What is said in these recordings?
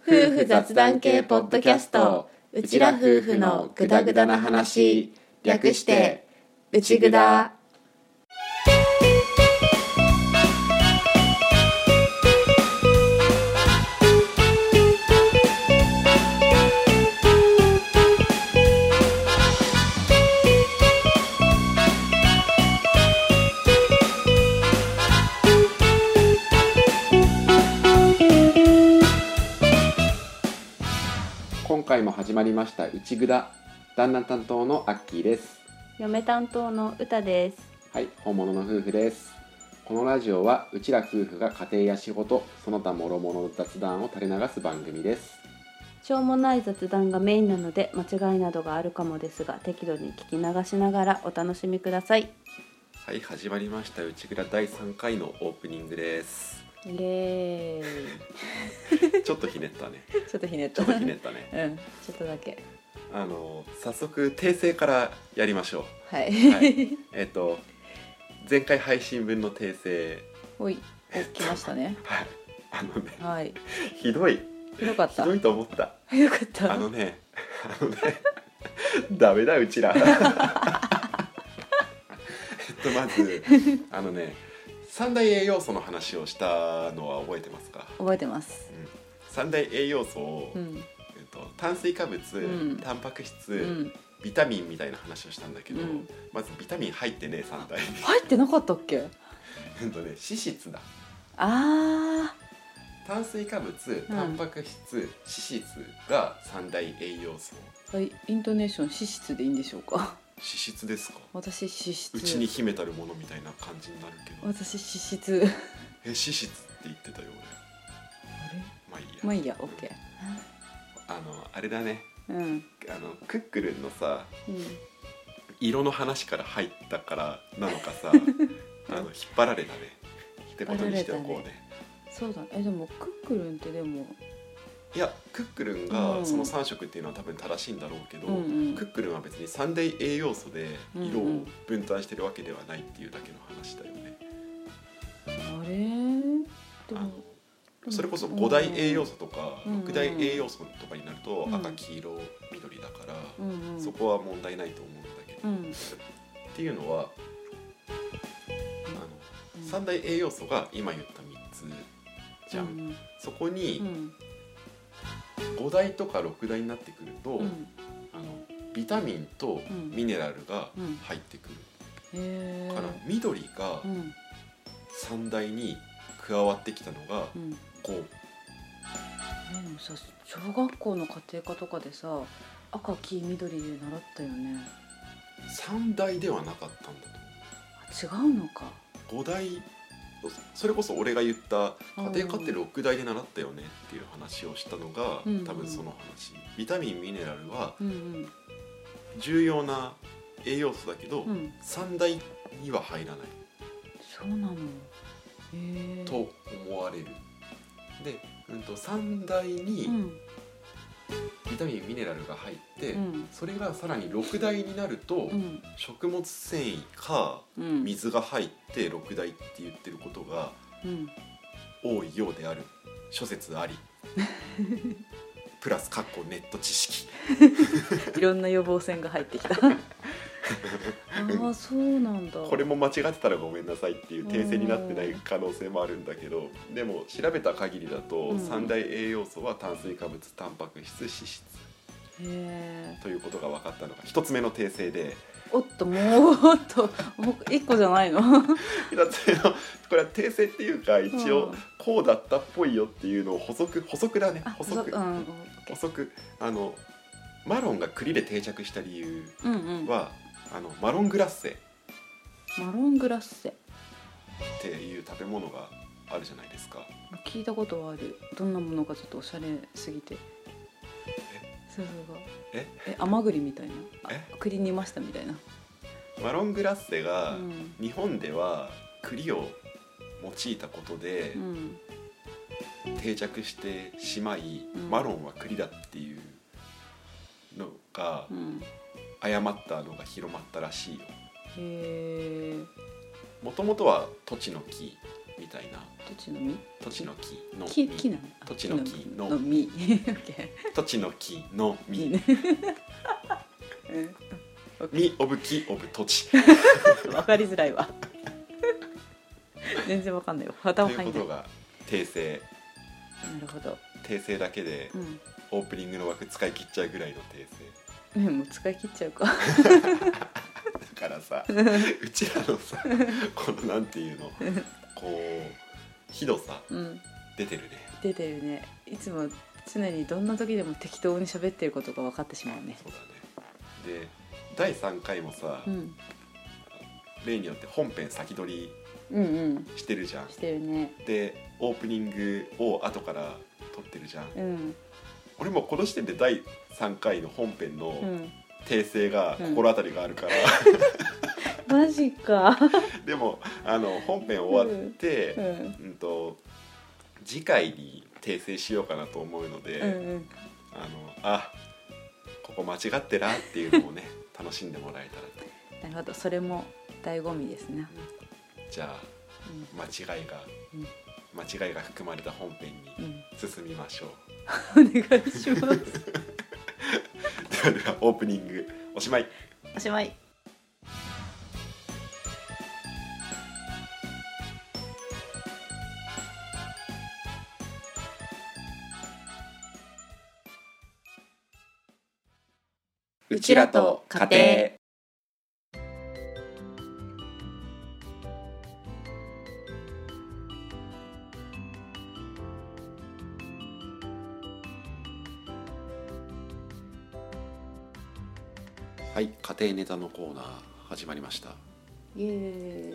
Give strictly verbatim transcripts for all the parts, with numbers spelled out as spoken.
夫婦雑談系ポッドキャスト、うちら夫婦のグダグダな話、略してうちぐだ。 今回も始まりましたうちぐだ。旦那担当のアッキーです。 嫁担当のうたです。 はい、本物の夫婦です。このラジオはうちら夫婦が家庭や仕事、その他諸々の雑談を垂れ流す番組です。 しょうもない雑談がメインなので間違いなどがあるかもですが、適度に聞き流しながらお楽しみください。 はい、始まりましたうちぐだだいさんかいのオープニングです。 イエーイちょっとひねったねちょっとひねったちょっとひねったねうん、ちょっとだけ。 あの早速訂正からやりましょう。 はい、 はい、えっと前回配信分の訂正。 おい、お、来ましたね。 はい、あのね、 はい、 ひどいひどかった。 ひどいと思った。 ひどかった。 あのね、あのねダメだうちらえっとまずあのね三大栄養素の話をしたのは覚えてますか？ 覚えてます、 うん、三大栄養素を、 うんえっと、炭水化物、 うん、 タンパク質、 うん、 ビタミンみたいな話をしたんだけど、うん、まずビタミン入ってねえ三大に入ってなかったっけ？ うんとね、脂質だ。 あー、 炭水化物、タンパク質、脂質が三大栄養素。 はい、イントネーション脂質でいいんでしょうか？ 脂質ですか？ 私脂質。 うちに秘めたるものみたいな感じになるけど。 私脂質。 え、脂質って言ってたよ俺。あれ？ まあいいや。 まあいいや、オッケー。 あのあれだね。 うん。 あのクックルンのさ、 うん、 色の話から入ったからなのかさ、あの引っ張られたね。ってことにしておこうね。 そうだ。え、でもクックルンってでも。 いや、クックルンがそのさん色っていうのは多分正しいんだろうけど、うんうん、クックルンは別に三大栄養素で色を分担してるわけではないっていうだけの話だよね。 あれ？でもそれこそご大栄養素とかろく大栄養素とかになると赤、黄色、緑だから、うんうん、そこは問題ないと思うんだけど、うん、っていうのはあの、うん、三大栄養素が今言ったみっつじゃん、うん、そこに、うんご大とかろく大になってくると、うん、あのビタミンとミネラルが入ってくる、うん、から緑がさん大に加わってきたのがご、うん、でもさ、小学校の家庭科とかでさ赤黄緑で習ったよね。 さん大ではなかったんだと。あ、違うのか。 ご大、それこそ俺が言った家庭科ってろく大で習ったよねっていう話をしたのが、うんうん、多分その話。ビタミンミネラルは重要な栄養素だけど、うん、さん大には入らない。 そうなの。へー。 と思われる。で、うん、とさん大にビタミンミネラルが入って、うん、それがさらにろく大になると、うん、食物繊維か水が入ってろく大って言ってることが多いようである。諸説ありプラス括弧ネット知識いろんな予防線が入ってきたああ、そうなんだ。 これも間違ってたらごめんなさいっていう訂正になってない可能性もあるんだけど、でも調べた限りだと、うん、三大栄養素は炭水化物、タンパク質、脂質へということが分かったのが一つ目の訂正で。 おっと、もうっともう一個じゃないのこれは訂正っていうか一応こうだったっぽいよっていうのを補足補足だね。補足、うん、補足。あのマロンが栗で定着した理由は、うんうん、あのマロングラッセマロングラッセっていう食べ物があるじゃないですか。 聞いたことはある。どんなものかちょっとおしゃれすぎて。そうそう。 ええ、甘栗みたいな。え、栗煮ましたみたいな。 マロングラッセが日本では栗を用いたことで定着してしまい、うん、マロンは栗だっていうのが、うん、誤ったのが広まったらしいよ。 へー。 もともとはトチの木みたいな。 土地の実、 土地の木の木木なの、 土地の木のの実土地の木の実うん実オブ木オブ土地わかりづらいわ全然わかんないよ、 と頭入んない。 いうことが訂正。 なるほど。 訂正だけでうんオープニングの枠使い切っちゃうぐらいの訂正ね、もう使い切っちゃうかだからさうちらのさこのなんていうのこうひどさうん出てるね。 出てるね。いつも常にどんな時でも適当に喋ってることが分かってしまうね。 そうだね。でだいさんかいもさ、 うん例によって本編先取りうんうんしてるじゃん。 してるね。 でオープニングを後から撮ってるじゃん。 うん俺もこの時点でだいさんかいの本編のうん訂正が心当たりがあるから、 マジかでもあの本編終わって、 うんうんと次回に訂正しようかなと思うので、 うんうんあのあここ間違ってなっていうのをね楽しんでもらえたらと。 なるほど、それも醍醐味ですね。 じゃあ間違いが、 うん間違いが含まれた本編うん、うにん、 進みましょう。 お願いしますではではオープニングおしまい。 おしまい。 うちらと家庭。 はい、家庭ネタのコーナー始まりました。 イエ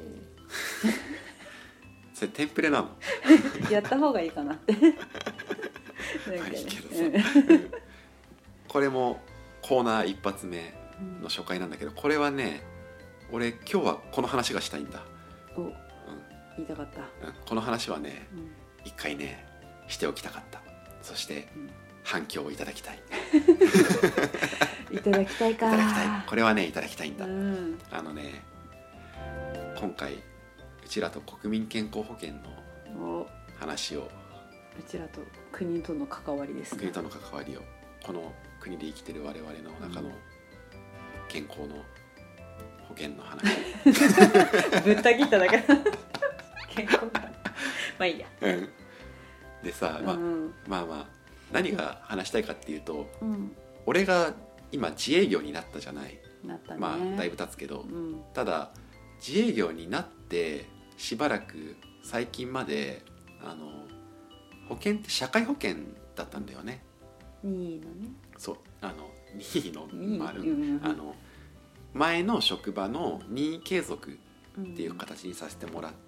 それテンプレなの？ ーイやった方がいいかなってなんかねまあいいけどさうんうんこれもコーナー一発目の初回なんだけど、これはね俺今日はこの話がしたいんだ。 お、 うん言いたかった。 うん、この話はねうん一回ねしておきたかった。そしてうん反響をいただきたい。 いただきたいか。 いただきたい。これはねいただきたいんだ。 うんあのね今回うちらと国民健康保険のお、う話を、 ちらと国との関わりですね。 国との関わりを、この国で生きてる我々の中の健康の保険の話ぶった切っただけ健康がまあいいや。 うんでさ、まあうんまあまあ何が話したいかっていうと、 うん、 俺が今自営業になったじゃない。 なったね。 まあだいぶ経つけど、 うんただ自営業になってしばらく最近まであの保険って社会保険だったんだよね。 にいのね。 そうあの任意の任意まあうんあの前の職場の任意継続っっていう形にさせてもらって、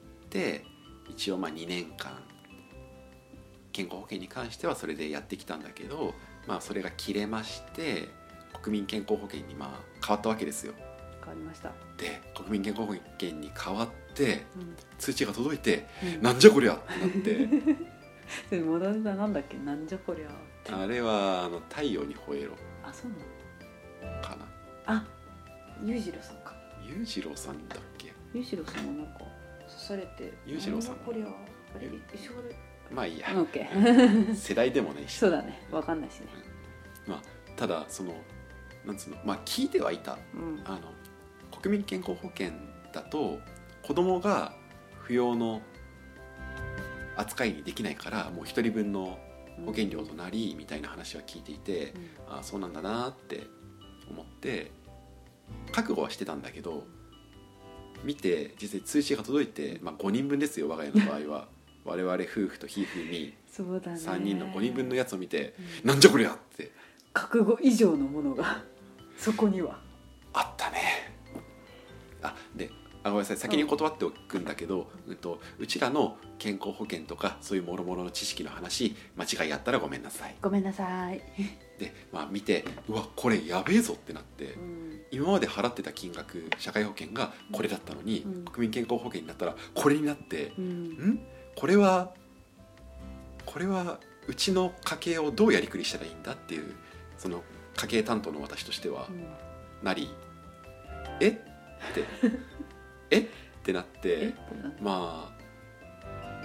一応まあにねんかん健康保険に関してはそれでやってきたんだけど、まあそれが切れまして国民健康保険にまあ変わったわけですよ。 変わりました。 で国民健康保険に変わってうん通知が届いて、 うんなんじゃこりゃってなってそれ戻りだなんだっけ、なんじゃこりゃって。 あれはあの太陽に吠えろあ、そうなの。 かな。 あ、裕次郎さんか。 裕次郎さんだっけ。 裕次郎さんもなんか刺されて。 裕次郎さんなんじゃこりゃあれ一緒で。 まあいいや、 オッケー。 世代でもねそうだね。わかんないしね。 まあただそのなんつうのまあ聞いてはいた。 うん。 あの国民健康保険だと子供が扶養の扱いにできないからもう一人分の保険料となりみたいな話は聞いていて、 うんああそうなんだなって思って覚悟はしてたんだけど、見て実際通知が届いて、まあ、ごにんぶんですよ我が家の場合は我々夫婦とひふみそうだね。 さんにんのごにんぶんのやつを見て、 うんなんじゃこりゃって覚悟以上のものがそこには。 あったね。あであごめんなさい先に断っておくんだけど、うん、とうちらの健康保険とかそういうもろもろの知識の話間違いあったらごめんなさい。 ごめんなさい。 で、まあ、見てうわこれやべえぞってなって、 うん、 今まで払ってた金額社会保険がこれだったのに、 うん、 国民健康保険になったらこれになって、 うん、 んこれはこれはうちの家計をどうやりくりしたらいいんだっていうその家計担当の私としてはうん、 なり、えってえってなってえってなまあ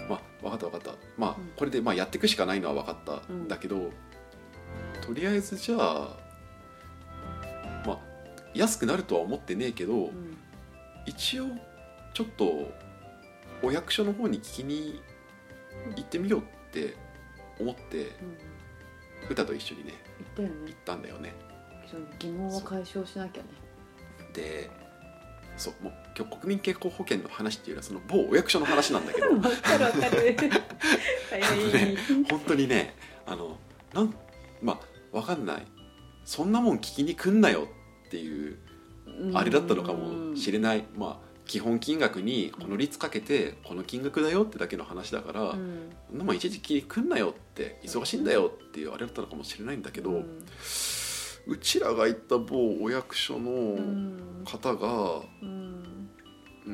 分かった分かったまあ、 うん、 これでまあやっていくしかないのは分かったんだけど、うん、とりあえずじゃあまあ安くなるとは思ってねえけど、うん、一応ちょっとお役所の方に聞きに行ってみようって思って、うん、歌と一緒にね行ったよね、 行ったんだよね。 疑問は解消しなきゃね。 でそうもう今日国民健康保険の話っていうのはその某お役所の話なんだけど分かる分かるね、本当にねあのなんまあ分かんないそんなもん聞きに来んなよっていうあれだったのかもしれない。まあ基本金額にこの率かけてこの金額だよってだけの話だから、うん、そんなもん一時期来んなよって忙しいんだよっていうあれだったのかもしれないんだけど、うん、うちらが行った某お役所の方が、うんうん、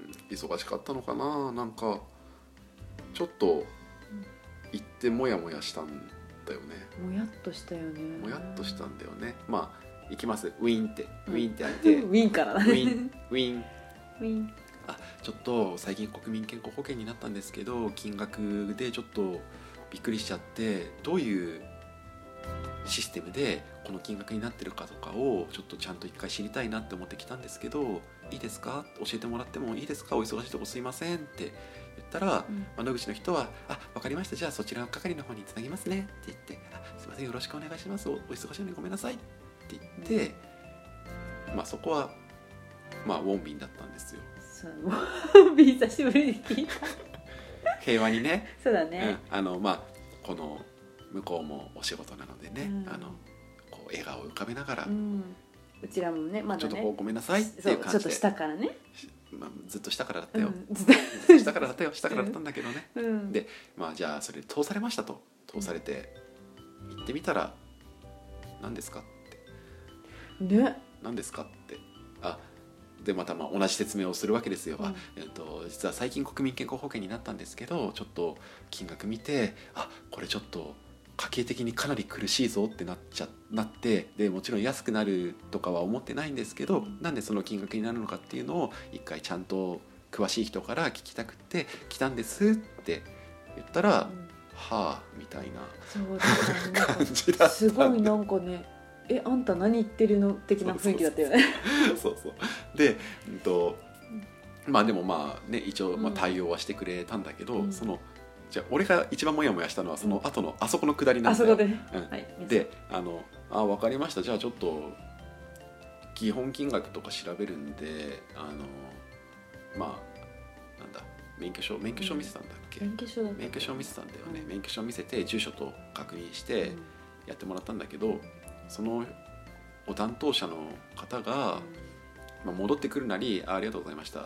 忙しかったのかな、なんかちょっと行ってモヤモヤしたんだよね。 もやっとしたよね。 もやっとしたんだよね。まあ行きますウィーンってウィーンって開いて、 ウィーンからウィーンウィーンウィーンあちょっと最近国民健康保険になったんですけど金額でちょっとびっくりしちゃってどういうシステムでこの金額になってるかとかをちょっとちゃんと一回知りたいなって思ってきたんですけどいいですか教えてもらってもいいですかお忙しいとこすいませんって言ったら、うん、窓口の人はあ分かりましたじゃあそちらの係の方につなぎますねって言ってあすいませんよろしくお願いしますお忙しいのにごめんなさいって言って、うん、まあそこはまあウォンビンだったんですよ。 そうウォンビン久しぶりに聞いた平和にねそうだね、 うん、あのまあこの向こうもお仕事なのでね、うん、あのこう笑顔を浮かべながら、うん、 うちらもねまだねちょっとこうごめんなさいっていう感じでちょっと下からね、 まあ、ずっと下からだったよ、 うん、 ずっと下からだったよ下からだったんだけどね、うん、でまあじゃあそれ通されましたと通されて行ってみたら何ですかってね何ですかってあでまたまあ同じ説明をするわけですよ、うんあえっと、実は最近国民健康保険になったんですけどちょっと金額見てあこれちょっと家計的にかなり苦しいぞってなっちゃなってでもちろん安くなるとかは思ってないんですけどなんでその金額になるのかっていうのを一回ちゃんと詳しい人から聞きたくて来たんですって言ったら、うん、はあみたいなそうだ、ね、感じだったすごいなんかねえあんた何言ってるの的な雰囲気だったよね。 そうそうで、うんとまあでもまあね一応まあ対応はしてくれたんだけど、うん、そのじゃあ俺が一番モヤモヤしたのはその後のあそこの下りなんだよ。 あそこで、ねうんはい、 であのあ分かりましたじゃあちょっと基本金額とか調べるんであのまあなんだ免許証免許証見せたんだっけ、 免許証だった免許証見せたんだよね、うん、免許証見せて住所と確認してやってもらったんだけど、そのご担当者の方が、まあ、戻ってくるなり あ, ありがとうございましたって、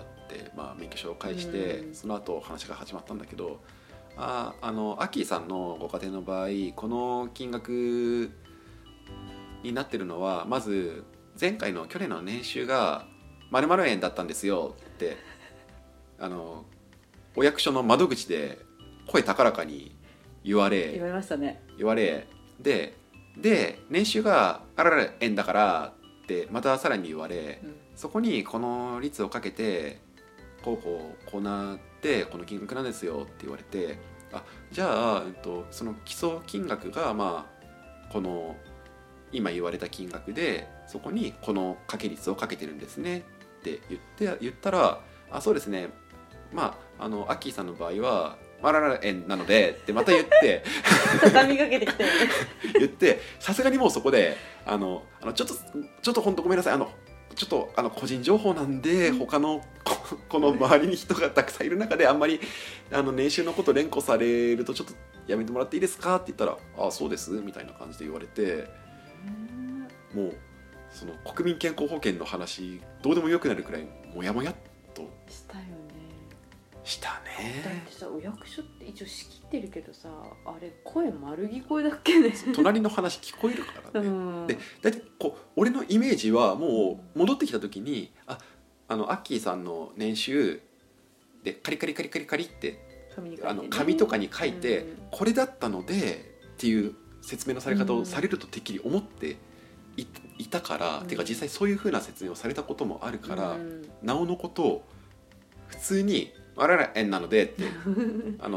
まあ、免許証を返して、うん、その後話が始まったんだけどああのアッキーさんのご家庭の場合この金額になってるのはまず前回の去年の年収が〇〇円だったんですよってあのお役所の窓口で声高らかに言われ言われましたね言われでで年収があらら円だからってまたさらに言われ、うん、そこにこの率をかけてこうこうこうなってこの金額なんですよって言われてあじゃあ、えっと、その基礎金額がまあこの今言われた金額でそこにこの掛け率をかけてるんですねって言って言ったらあそうですねまああのアッキーさんの場合はあらら円なのでってまた言って畳みかけてきて言ってさすがにもうそこであのあのちょっとちょっと本当ごめんなさいあのちょっとあの個人情報なんで他の こ, この周りに人がたくさんいる中であんまりあの年収のこと連呼されるとちょっとやめてもらっていいですかって言ったらあそうですみたいな感じで言われてもうその国民健康保険の話どうでもよくなるくらいモヤモヤっとしたよねしたね。 だってさお役所って一応仕切ってるけどさあれ声丸聞こえだっけね隣の話聞こえるからね、うん、でだいたいこう俺のイメージはもう戻ってきた時にああのアッキーさんの年収でカリカリカリカリカリって紙に書いて、ね、あの紙とかに書いて、うん、これだったのでっていう説明のされ方をされるとてっきり思ってい、いたから、うん、てか実際そういう風な説明をされたこともあるから、うん、なおのことを普通にあらら円なのでってあの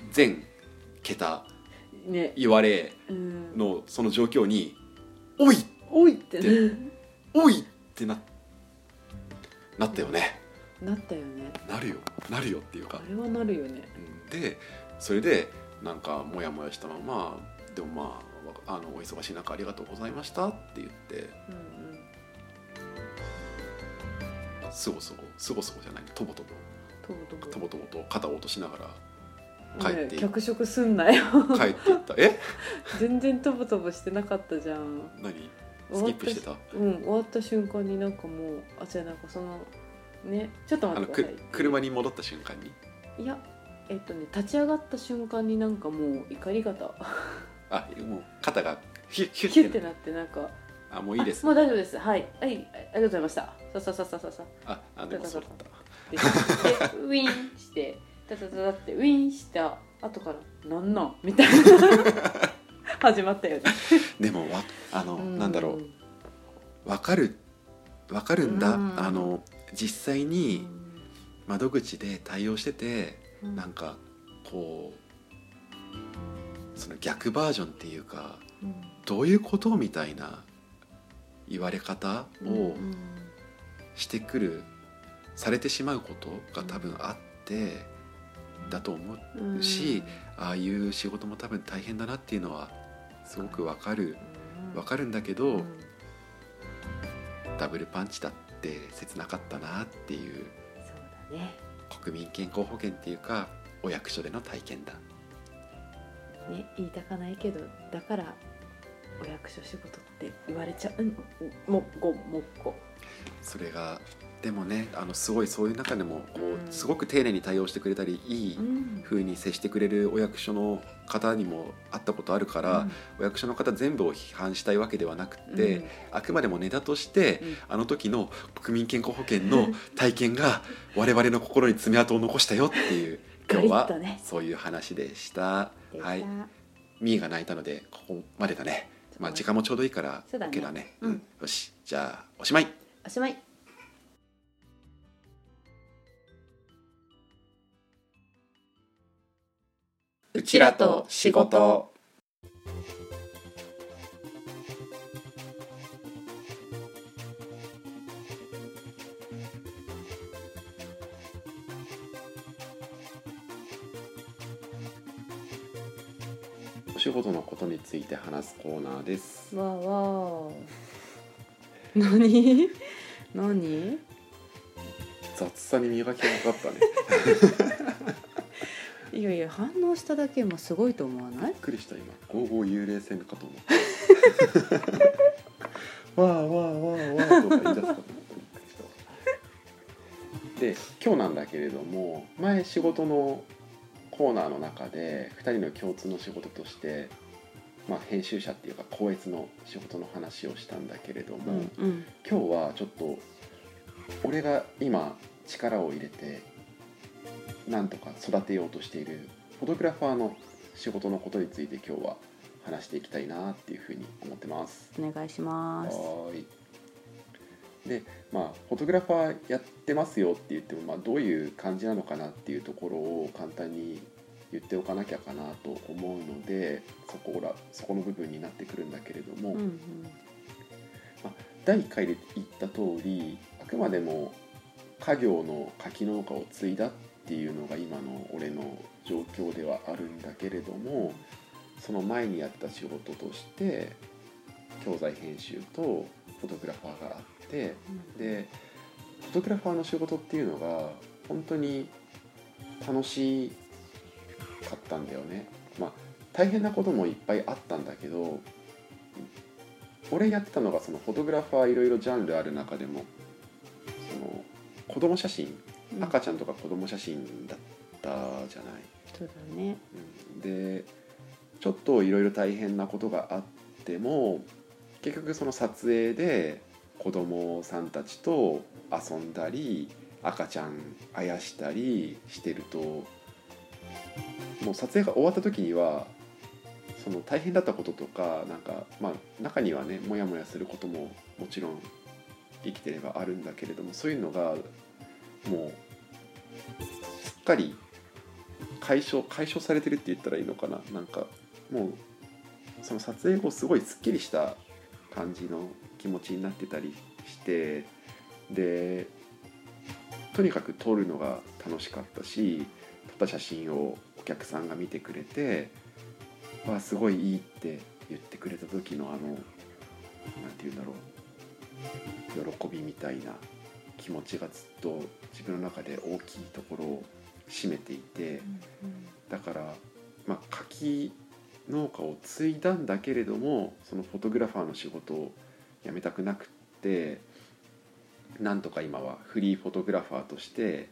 全桁ね、 言われうん、 のその状況に「おい!」 おいってって「おい!」ってななったよね。 なったよね。 なるよなるよっていうか、 あれはなるよね。 うんでそれでなんかモヤモヤしたままでもまああのお忙しい中ありがとうございましたって言ってうんすごそごすごそごじゃないとぼとぼうん、とぼとぼとぼとぼと肩を落としながら帰ってい脚色すんなよ帰っていったえ全然とぼとぼしてなかったじゃん。 何スキップしてた？ うん、終わった瞬間になんかもうあじゃあなんかそのねちょっとあの待ってください。 く車に戻った瞬間にいやえっとね立ち上がった瞬間になんかもう怒り方あもう肩がヒュッヒュッてキュッてなってなんかあもういいですもう大丈夫ですはいはいありがとうございましたささささささああでもそうだったでウィーンしてタタタタってウィーンした後からなんなんみたいな始まったよね。 でもわあのうんなんだろうわかるわかるんだうんあの実際に窓口で対応しててうんなんかこうその逆バージョンっていうかうんどういうことみたいな言われ方をうんしてくるされてしまうことが多分あってだと思うんうしああいう仕事も多分大変だなっていうのはすごくわかるうんわかるんだけうどんダブルパンチだって切なかったなっていうそうだね国民健康保険っていうかお役所での体験だ。 ね言いたかないけどだからお役所仕事って言われちゃう、うん、もっこもっこそれがでもねあのすごいそういう中でもこうんうすごく丁寧に対応してくれたりいいうん風に接してくれるお役所の方にも会ったことあるから、お役所の方全部を批判したいわけではなくて、 うんあくまでもネタとして、 うんあの時の国民健康保険の体験が我々の心に爪痕を残したよっていう今日はガリッとねそういう話でした。 でしたはい、ミーが泣いたのでここまでだね。まあ時間もちょうどいいからそうだね OK だね。 うんよしじゃあおしまい。 おしまい。 うちらと仕事。お仕事のことについて話すコーナーです。 わーわー何何雑さに磨きがかかったね。 いやいや反応しただけもすごいと思わないびっくりした今。ゴーゴー幽霊船かと思った。わーわーわーわーとか言い出すかと思った。びっくりしたわ。で今日なんだけれども前仕事のコーナーの中でふたりの共通の仕事として、まあ、編集者っていうか校閲の仕事の話をしたんだけれども、 うんうん今日はちょっと俺が今力を入れてなんとか育てようとしているフォトグラファーの仕事のことについて今日は話していきたいなっていうふうに思ってます。 お願いします。 はーい。でまあフォトグラファーやってますよって言っても、まあ、どういう感じなのかなっていうところを簡単に言っておかなきゃかなと思うのでそこらそこの部分になってくるんだけれども、 うんうんまあ、だいいっかいで言った通りあくまでも家業の柿農家を継いだっていうのが今の俺の状況ではあるんだけれども、その前にやった仕事として教材編集とフォトグラファーがあってでフォトグラファーの仕事っていうのが本当に楽しかったんだよね。まあ大変なこともいっぱいあったんだけど俺やってたのがそのフォトグラファーいろいろジャンルある中でもその子供写真うん赤ちゃんとか子供写真だったじゃない。 そうだね。 うんでちょっといろいろ大変なことがあっても結局その撮影で子供さんたちと遊んだり赤ちゃんあやしたりしてるともう撮影が終わった時にはその大変だったこととかなんかまあ中にはねモヤモヤすることももちろん生きてればあるんだけれどもそういうのがもうすっかり解消解消されてるって言ったらいいのかな、なんかもうその撮影後すごいすっきりした感じの気持ちになってたりして、でとにかく撮るのが楽しかったし、撮った写真をお客さんが見てくれて、わあすごいいいって言ってくれた時のあのなんて言うんだろう、喜びみたいな気持ちがずっと自分の中で大きいところを占めていて、だからまあ柿農家を継いだんだけれども、そのフォトグラファーの仕事を辞めたくなくって、なんとか今はフリーフォトグラファーとして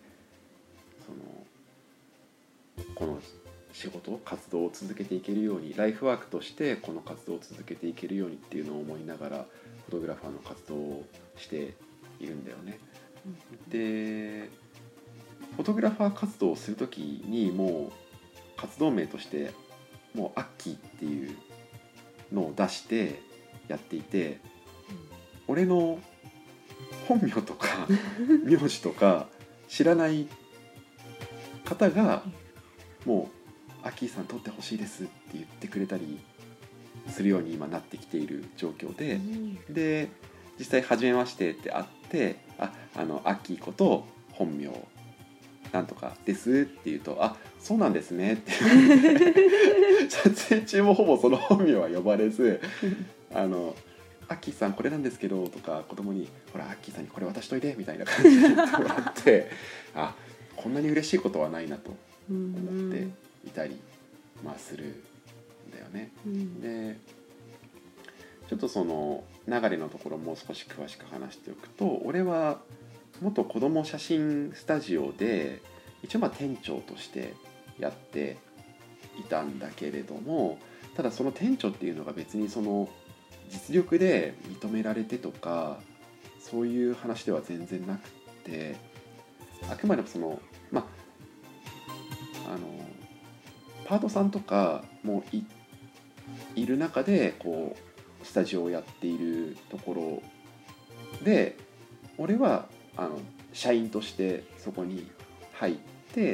そのこの仕事活動を続けていけるように、ライフワークとしてこの活動を続けていけるようにっていうのを思いながらフォトグラファーの活動をしているんだよね。でフォトグラファー活動をする時にもう活動名としてもうアッキーっていうのを出してやっていて、俺の本名とか名字とか知らない方がもうアッキーさん撮ってほしいですって言ってくれたりするように今なってきている状況で、で実際初めましてって会って、ああのアッキーこと本名なんとかですって言うと、あそうなんですねって撮影中もほぼその本名は呼ばれずあのアッキーさんこれなんですけどとか子供にほらアッキーさんにこれ渡しといてみたいな感じで言ってもらってあこんなに嬉しいことはないなと思っていたり、まあ、するんだよね。でちょっとその流れのところもう少し詳しく話しておくと、俺は元子ども写真スタジオで一応まあ店長としてやっていたんだけれども、ただその店長っていうのが別にその実力で認められてとかそういう話では全然なくて、あくまでもそのまああのパートさんとかも い, いる中でこうスタジオをやっているところで、俺はあの社員としてそこに入って、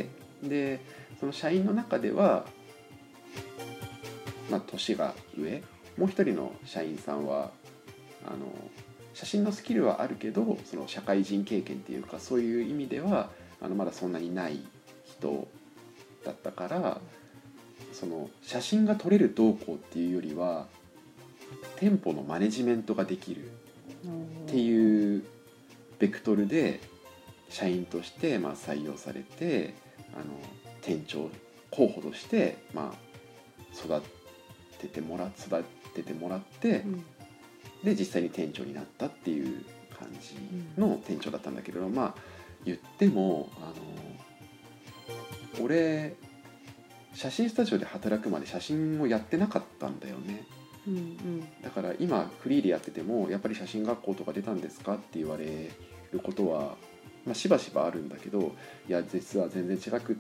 でその社員の中では、まあ、年が上、もう一人の社員さんはあの写真のスキルはあるけどその社会人経験っていうかそういう意味ではあのまだそんなにない人だったから、その写真が撮れるどうこうっていうよりは店舗のマネジメントができるっていうベクトルで社員としてまあ採用されて、あの店長候補としてまあ育ててもら育ててもらって、うん、で実際に店長になったっていう感じの店長だったんだけど、まあ言ってもあの俺写真スタジオで働くまで写真をやってなかったんだよね。うんうん、だから今フリーでやっててもやっぱり写真学校とか出たんですかって言われることは、まあ、しばしばあるんだけど、いや実は全然違くって、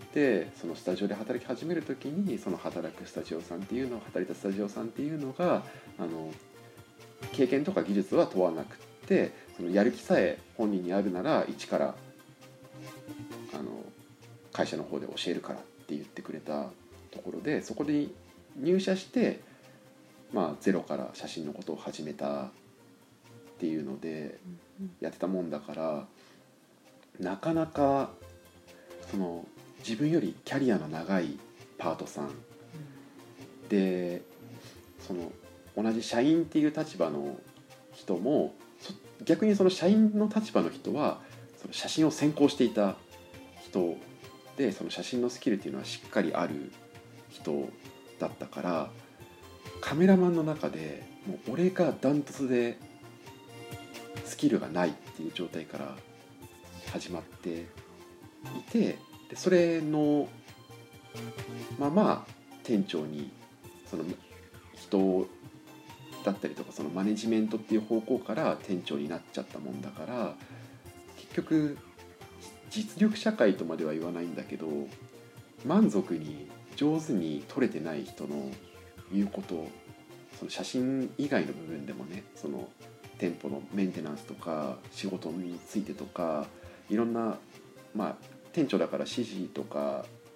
そのスタジオで働き始める時にその働くスタジオさんっていうの働いたスタジオさんっていうのがあの経験とか技術は問わなくって、そのやる気さえ本人にあるなら一からあの会社の方で教えるからって言ってくれたところで、そこで入社してまあ、ゼロから写真のことを始めたっていうのでやってたもんだから、なかなかその自分よりキャリアの長いパートさんで、その同じ社員っていう立場の人も逆にその社員の立場の人はその写真を専攻していた人で、その写真のスキルっていうのはしっかりある人だったから、カメラマンの中でもう俺がダントツでスキルがないっていう状態から始まっていて、でそれのまま店長にその人だったりとかそのマネジメントっていう方向から店長になっちゃったもんだから、結局実力社会とまでは言わないんだけど、満足に上手に撮れてない人の言うこと、その写真以外の部分でもね、その店舗のメンテナンスとか仕事についてとかいろんな、まあ店長だから指示とか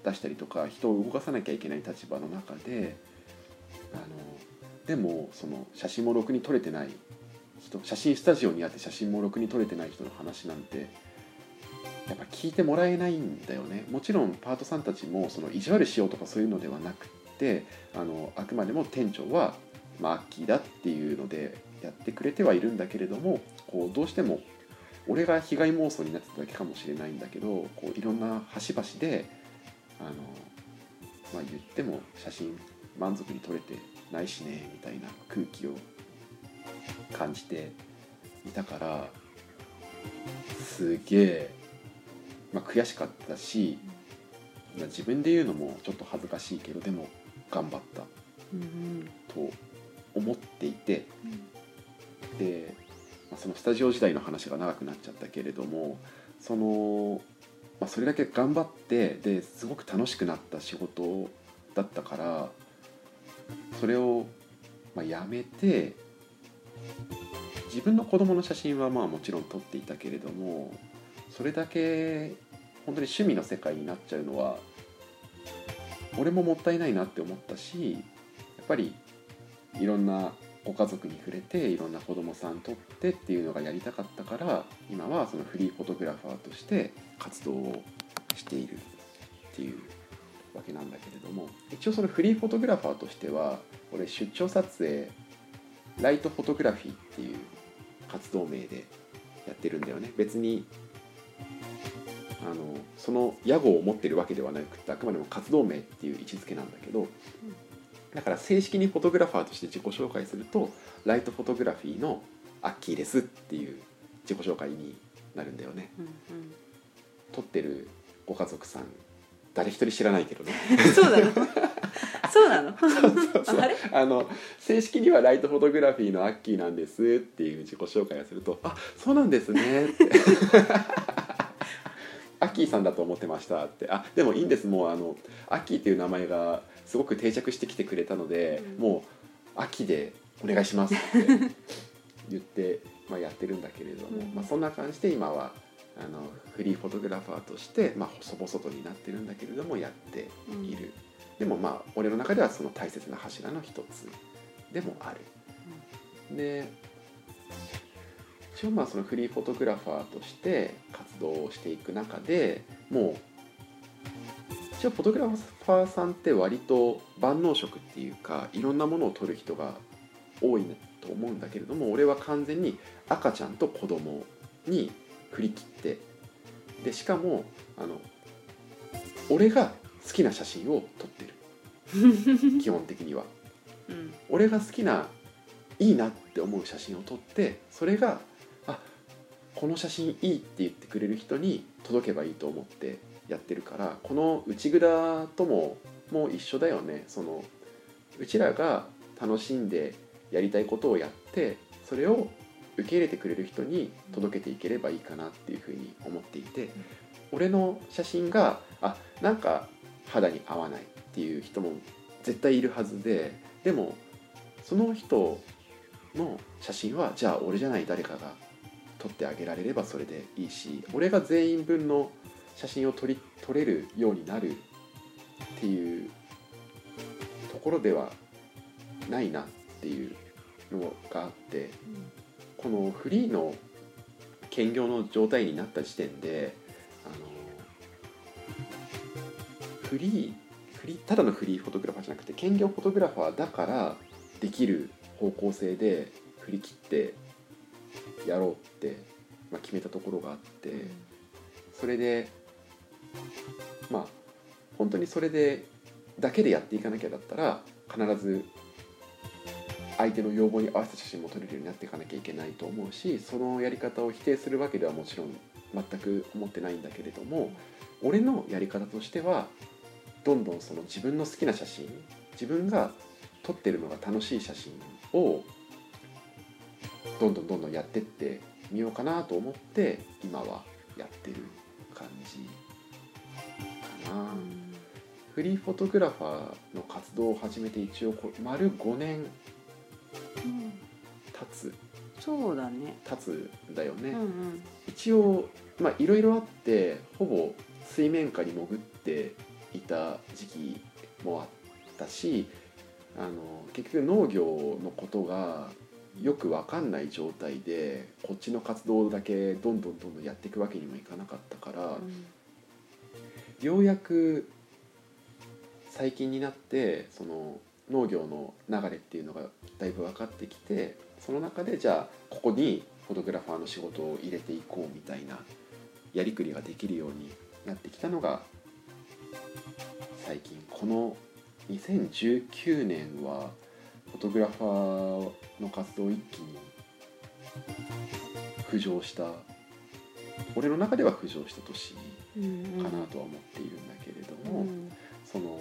出したりとか人を動かさなきゃいけない立場の中で、あのでもその写真もろくに撮れてない人、写真スタジオにあって写真もろくに撮れてない人の話なんてやっぱ聞いてもらえないんだよね。もちろんパートさんたちもその意地悪しようとかそういうのではなくて、あのあくまでも店長は、まあ、アッキーだっていうのでやってくれてはいるんだけれども、こうどうしても俺が被害妄想になってただけかもしれないんだけど、こういろんな端々であの、まあ、言っても写真満足に撮れてないしねみたいな空気を感じていたから、すげえ、まあ、悔しかったし、まあ、自分で言うのもちょっと恥ずかしいけど、でも頑張ったと思っていて、で、まあ、そのスタジオ時代の話が長くなっちゃったけれども、その、まあ、それだけ頑張ってですごく楽しくなった仕事だったから、それをまあやめて、自分の子供の写真はまあもちろん撮っていたけれども、それだけ本当に趣味の世界になっちゃうのは俺ももったいないなって思ったし、やっぱりいろんなご家族に触れていろんな子供さん撮ってっていうのがやりたかったから、今はそのフリーフォトグラファーとして活動をしているっていうわけなんだけれども、一応そのフリーフォトグラファーとしては俺出張撮影ライトフォトグラフィーっていう活動名でやってるんだよね。別にあのその屋号を持ってるわけではなくて、あくまでも活動名っていう位置づけなんだけど、だから正式にフォトグラファーとして自己紹介するとライトフォトグラフィーのアッキーですっていう自己紹介になるんだよね、うんうん、撮ってるご家族さん誰一人知らないけどねそうなのそうなのそうそうそう、あれあの正式にはライトフォトグラフィーのアッキーなんですっていう自己紹介をすると、あ、そうなんですねってアッキーさんだと思ってましたって、あ、でもいいんです、もうあのアッキーっていう名前がすごく定着してきてくれたので、うん、もうアッキーでお願いしますって言って、まあ、やってるんだけれども、うん、まあ、そんな感じで今はあのフリーフォトグラファーとして、まあ、細々とになってるんだけれどもやっている、うん、でもまあ俺の中ではその大切な柱の一つでもある、うん、で一応まあそのフリーフォトグラファーとして活動をしていく中で、もう一応フォトグラファーさんって割と万能色っていうかいろんなものを撮る人が多いと思うんだけれども、俺は完全に赤ちゃんと子供に振り切って、でしかもあの俺が好きな写真を撮ってる基本的には、うん、俺が好きないいなって思う写真を撮って、それがあこの写真いいって言ってくれる人に届けばいいと思ってやってるから、この内蔵とももう一緒だよね。そのうちらが楽しんでやりたいことをやって、それを受け入れてくれる人に届けていければいいかなっていうふうに思っていて、俺の写真があなんか肌に合わないっていう人も絶対いるはずで、でもその人の写真はじゃあ俺じゃない誰かが撮ってあげられればそれでいいし、俺が全員分の写真を撮り撮れるようになるっていうところではないなっていうのがあって、うん、このフリーの兼業の状態になった時点で、あのフリーフリーただのフリーフォトグラファーじゃなくて兼業フォトグラファーだからできる方向性で振り切ってやろうって、まあ、決めたところがあって、うん、それでまあ本当にそれでだけでやっていかなきゃだったら必ず相手の要望に合わせた写真も撮れるようになっていかなきゃいけないと思うし、そのやり方を否定するわけではもちろん全く思ってないんだけれども、俺のやり方としてはどんどんその自分の好きな写真、自分が撮ってるのが楽しい写真をどんどんどんどんやってってみようかなと思って今はやってる感じかな。フリーフォトグラファーの活動を始めて一応丸ごねん経つ、 そうだね経つんだよね、 うんうん、 一応まあいろいろあってほぼ水面下に潜っていた時期もあったし、あの結局農業のことがよく分かんない状態でこっちの活動だけどんどんどんどんやっていくわけにもいかなかったから、うん、ようやく最近になってその農業の流れっていうのがだいぶ分かってきて、その中でじゃあここにフォトグラファーの仕事を入れていこうみたいなやりくりができるようになってきたのが最近。このにせんじゅうきゅうねんはフォトグラファーの活動一気に浮上した、俺の中では浮上した年かなとは思っているんだけれども、うんうん、その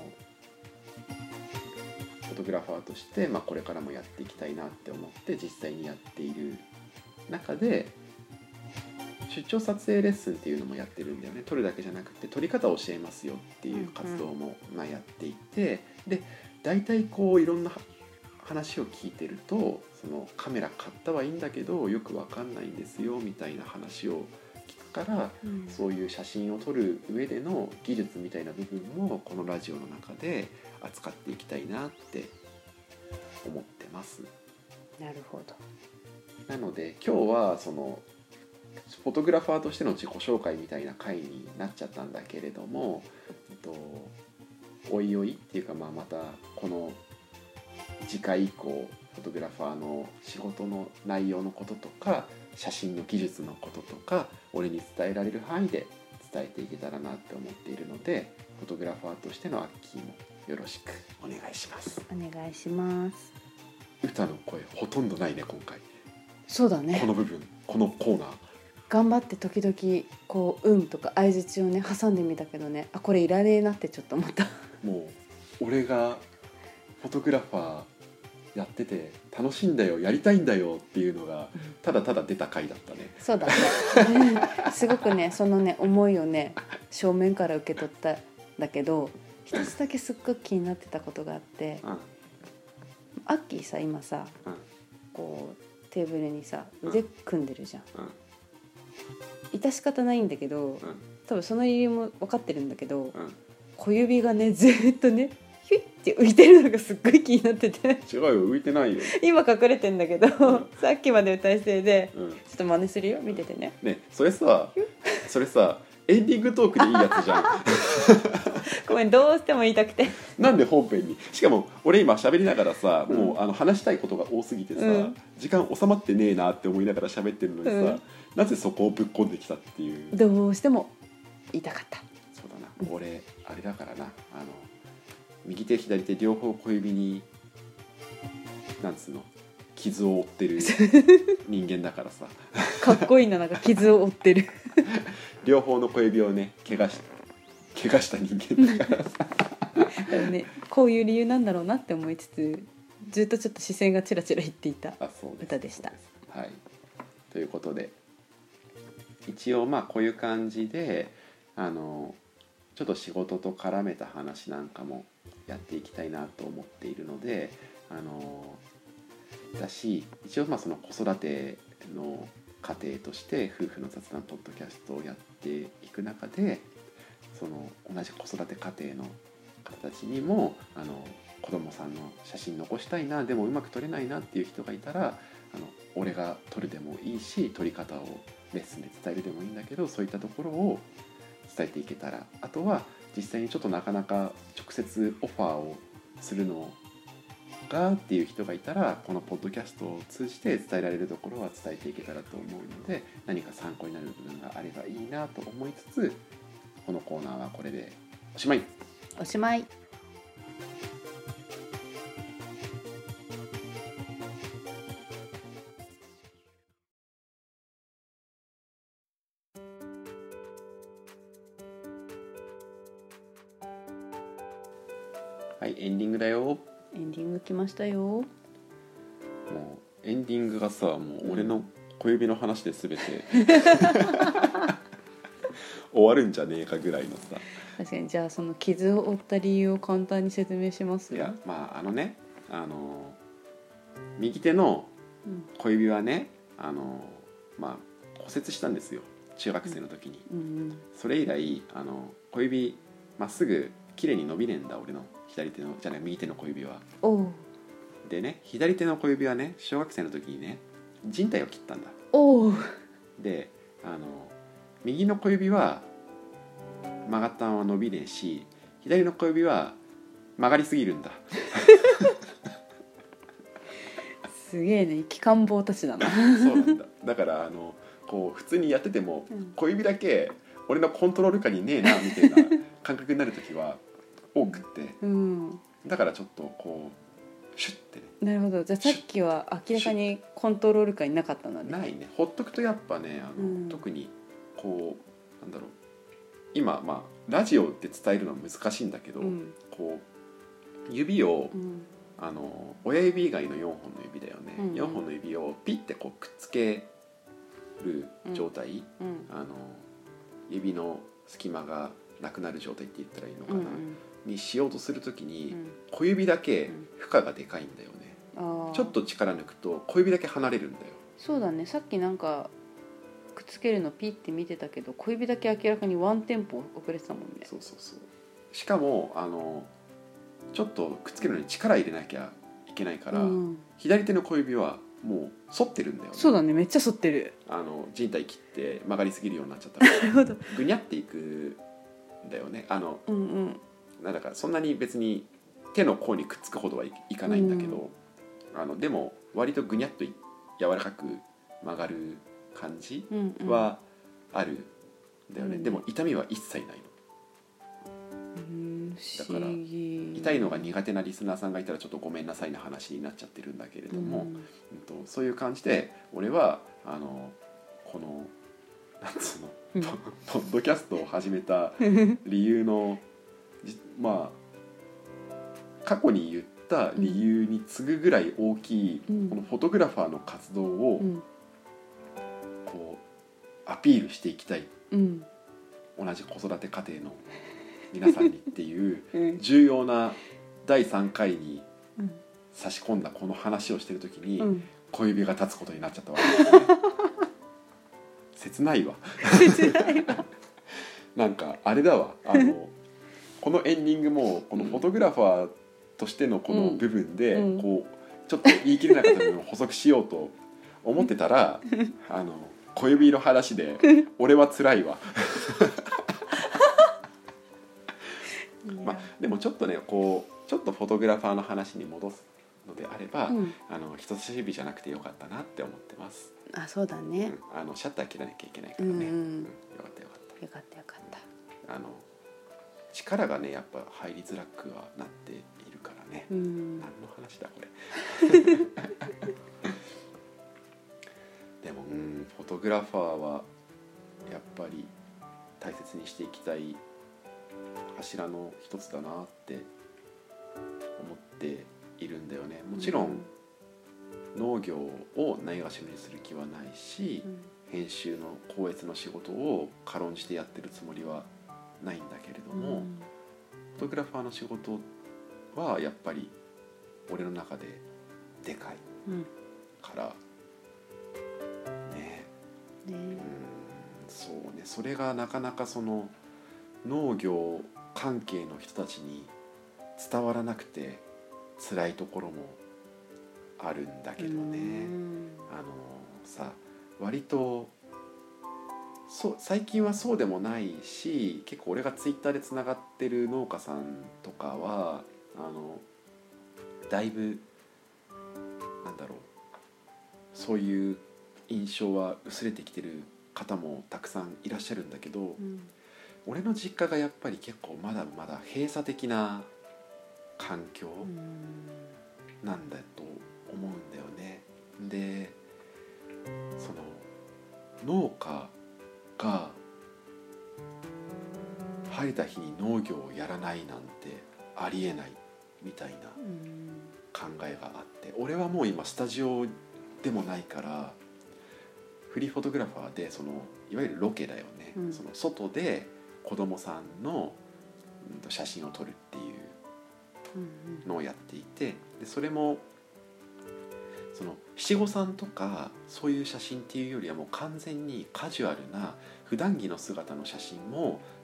フォトグラファーとして、まあ、これからもやっていきたいなって思って実際にやっている中で出張撮影レッスンっていうのもやってるんだよね。撮るだけじゃなくて撮り方を教えますよっていう活動もまあやっていて、で大体こういろんな話を聞いてると、そのカメラ買ったはいいんだけどよくわかんないんですよみたいな話を聞くから、うん、そういう写真を撮る上での技術みたいな部分もこのラジオの中で扱っていきたいなって思ってます。 なるほど。 なので今日はそのフォトグラファーとしての自己紹介みたいな回になっちゃったんだけれども、えっと、おいおいっていうか、まあ、またこの次回以降フォトグラファーの仕事の内容のこととか写真の技術のこととか俺に伝えられる範囲で伝えていけたらなって思っているので、フォトグラファーとしてのアッキーもよろしくお願いします。 お願いします。 歌の声ほとんどないね今回。 そうだね。 この部分、このコーナー頑張って時々こううんとか相槌をね挟んでみたけどね、あこれいらねえなってちょっと思った。 もう俺がフォトグラファーやってて楽しいんだよやりたいんだよっていうのがただただ出た回だったね。 そうだねすごくねそのね思いをね正面から受け取ったんだけど、一つだけすっごく気になってたことがあって、うん、アッキーさ今さ、うん、こうテーブルにさ腕組んでるじゃん、うんうん、致し方ないんだけど、うん、多分その理由も分かってるんだけど、うん、小指がねずっとねヒュッて浮いてるのがすっごい気になってて。 違うよ浮いてないよ今隠れてんだけど、うん、さっきまで歌い声で、うん、ちょっと真似するよ見ててね。 ねそれさそれさエンディングトークでいいやつじゃんごめんどうしても言いたくてなんで本編に。しかも俺今喋りながらさ、うん、もうあの話したいことが多すぎてさ、うん、時間収まってねえなって思いながら喋ってるのにさ、うん、なぜそこをぶっ込んできたっていう。 どうしても言いたかった。 そうだな、うん、俺あれだからな、あの右手左手両方小指になんつうの傷を負ってる人間だからさかっこいいな、なんか傷を負ってる両方の小指をね怪我し怪我した人間だからさだからね、こういう理由なんだろうなって思いつつずっとちょっと視線がチラチラいっていた歌でした。 はい、ということで一応まあこういう感じであのちょっと仕事と絡めた話なんかもやっていきたいなと思っているので、あのだし一応まあその子育ての過程として夫婦の雑談ポッドキャストをやっていく中で、その同じ子育て家庭の方たちにもあの子供さんの写真残したいな、でもうまく撮れないなっていう人がいたら、あの俺が撮るでもいいし撮り方をレッスンで伝えるでもいいんだけど、そういったところを伝えていけたら、あとは実際にちょっとなかなか直接オファーをするのがっていう人がいたら、このポッドキャストを通じて伝えられるところは伝えていけたらと思うので、何か参考になる部分があればいいなと思いつつ、このコーナーはこれでおしまい。 おしまい。 はい、エンディングだよ。 エンディング来ましたよ。 もうエンディングがさ、もう俺の小指の話で全て、うん、終わるんじゃねえかぐらいのさ。 確かに。じゃあその傷を負った理由を簡単に説明しますよ。 いや、まああのね、あの右手の小指はね、うん、あのまあ骨折したんですよ、中学生の時に、うんうんうん、それ以来あの小指まっすぐ綺麗に伸びねえんだ俺の左手のじゃない右手の小指は。 おうでね左手の小指はね小学生の時にね靭帯を切ったんだ。 おうであの右の小指は曲がったまま伸びねえし左の小指は曲がりすぎるんだすげえね機関棒たちだなそうなんだ。だからあのこう普通にやってても、うん、小指だけ俺のコントロール下にねえなみたいな感覚になる時は多くって、うん、だからちょっとこうシュッてね。 なるほど。じゃあさっきは明らかにコントロール下になかったんだね。 ないね。ほっとくとやっぱねあの、うん、特にこうなんだろう今まあラジオって伝えるのは難しいんだけど、うん、こう指を、うん、あの親指以外のよんほんの指だよね、うんうん、よんほんの指をピッてこうくっつける状態、うんうん、あの指の隙間がなくなる状態って言ったらいいのかな、うんうん、にしようとするときに、うん、小指だけ負荷がでかいんだよね、うん、ちょっと力抜くと小指だけ離れるんだよ。 そうだね。さっきなんかくっつけるのピッて見てたけど小指だけ明らかにワンテンポ遅れてたもんね。 そうそうそう。しかもあのちょっとくっつけるのに力入れなきゃいけないから、うん、左手の小指はもう反ってるんだよね。 そうだね。めっちゃ反ってる。 あの靭帯切って曲がりすぎるようになっちゃったからぐにゃっていくんだよね。あの、うんうん、なんだかそんなに別に手の甲にくっつくほどはいかないんだけど、うん、あのでも割とぐにゃっと柔らかく曲がる感じはあるんだよね、うんうん、でも痛みは一切ないの。だから痛いのが苦手なリスナーさんがいたらちょっとごめんなさいな話になっちゃってるんだけれども、うん、とそういう感じで俺はあのこのなんつうの、うん、ポッドキャストを始めた理由のまあ過去に言った理由に次ぐぐらい大きい、うん、このフォトグラファーの活動を、うん、こうアピールしていきたい、うん、同じ子育て家庭の皆さんにっていう重要なだいさんかいに差し込んだこの話をしてる時に小指が立つことになっちゃったわけですね切ないわ切ないわなんかあれだわあのこのエンディングもこのフォトグラファーとしてのこの部分でこうちょっと言い切れなかった部分を補足しようと思ってたらあの小指の話で俺は辛いわまあ、でもちょっとねこうちょっとフォトグラファーの話に戻すのであれば、うん、あの人差し指じゃなくてよかったなって思ってます。 あ、そうだね、 うん、あのシャッター切らなきゃいけないからね、うんうん、よかったよかったよかったよかったあの力がねやっぱ入りづらくはなっているからね、うん、何の話だこれでも、うん、フォトグラファーはやっぱり大切にしていきたい柱の一つだなって思っているんだよね。もちろん農業をないがしろにする気はないし、うん、編集の校閲の仕事を軽んじてやってるつもりはないんだけれども、うん、フォトグラファーの仕事はやっぱり俺の中ででかいから、うん、ねえ、ね、うん、そうね、それがなかなかその農業関係の人たちに伝わらなくて辛いところもあるんだけどね。あのさ割とそ最近はそうでもないし、結構俺がツイッターでつながってる農家さんとかはあのだいぶなんだろうそういう印象は薄れてきてる方もたくさんいらっしゃるんだけど、うん、俺の実家がやっぱり結構まだまだ閉鎖的な環境なんだと思うんだよね。でその農家が晴れた日に農業をやらないなんてありえないみたいな考えがあって、俺はもう今スタジオでもないからフリーフォトグラファーでそのいわゆるロケだよね、うん、その外で子供さんの写真を撮るっていうのをやっていて、でそれもその七五三とかそういう写真っていうよりはもう完全にカジュアルな普段着の姿の写真も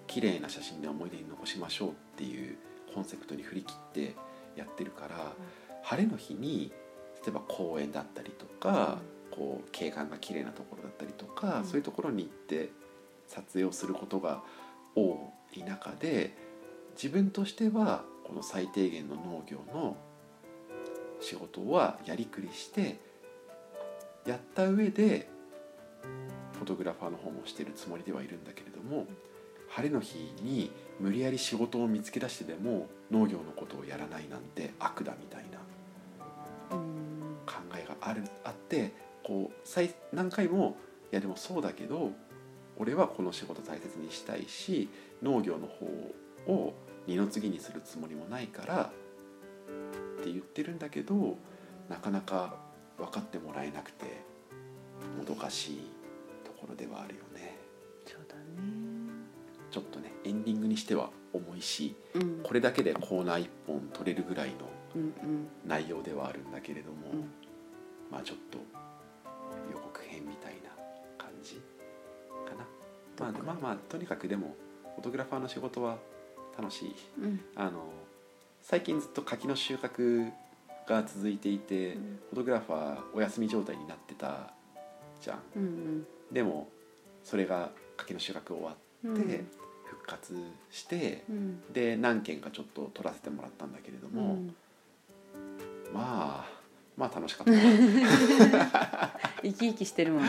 綺麗な写真で思い出に残しましょうっていうコンセプトに振り切ってやってるから、うん、晴れの日に例えば公園だったりとか、うん、こう景観が綺麗なところだったりとか、うん、そういうところに行って撮影をすることが多い中で、自分としてはこの最低限の農業の仕事はやりくりしてやった上でフォトグラファーの方もしてるつもりではいるんだけれども、晴れの日に無理やり仕事を見つけ出してでも農業のことをやらないなんて悪だみたいな考えがあるあってこう再何回もいやでもそうだけど俺はこの仕事大切にしたいし農業の方を二の次にするつもりもないからって言ってるんだけど、なかなか分かってもらえなくてもどかしいところではあるよね。 そうだね。 ちょっとねエンディングにしては重いし、 うん、 これだけでコーナーいっぽん取れるぐらいの内容ではあるんだけれども、うんうん、まあちょっと予告編みたいな感じかな。まあ、まあまあとにかくでもフォトグラファーの仕事は楽しい、うん、あの最近ずっと柿の収穫が続いていて、うん、フォトグラファーお休み状態になってたじゃん、うんうん、でもそれが柿の収穫終わって、うん、復活して、うん、で何件かちょっと撮らせてもらったんだけれども、うん、まあまあ楽しかった生き生きしてるもんね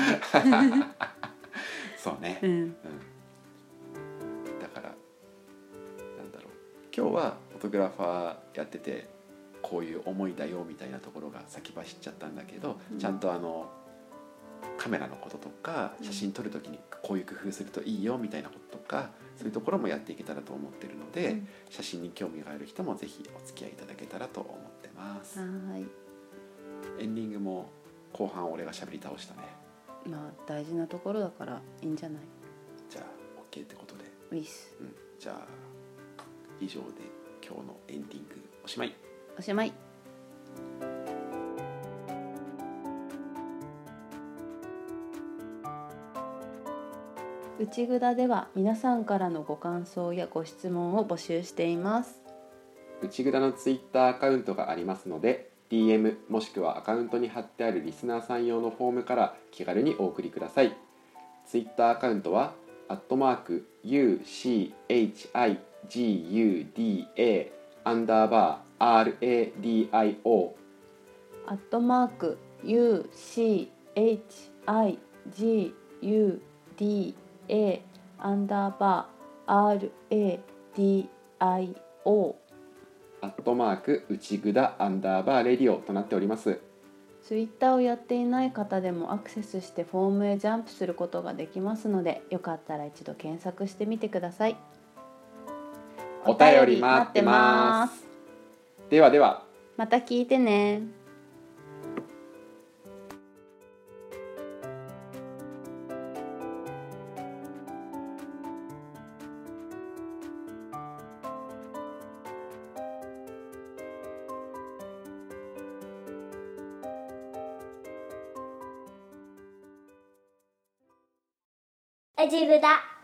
そうね、うんうん、だからなんだろう、今日はフォトグラファーやっててこういう思いだよみたいなところが先走っちゃったんだけど、うん、ちゃんとあのカメラのこととか写真撮るときにこういう工夫するといいよみたいなこととか、そういうところもやっていけたらと思ってるので、うん、写真に興味がある人もぜひお付き合いいただけたらと思ってます。 はい、 エンディングも後半俺が喋り倒したね。 まあ大事なところだからいいんじゃない。 じゃあ OK ってことで、 ウィス、 うん、じゃあ以上で今日のエンディングおしまい。 おしまい。内ぐだでは皆さんからのご感想やご質問を募集しています。 内ぐだのツイッターアカウントがありますので ディーエム もしくはアカウントに貼ってあるリスナーさん用のフォームから気軽にお送りください。ツイッターアカウントはアットマーク ユーシーエイチアイジーユーディーエー アンダーバー アールエーディーアイオーアットマーク ユーシーエイチアイジーユーディーエー アンダーバー アールエーディーアイオーアットマーク内ぐだアンダーバーレディオとなっております。 ツイッターをやっていない方でもアクセスしてフォームへジャンプすることができますので、よかったら一度検索してみてください。 お便り待ってます。ではでは、 また聞いてね。 内ぐだ。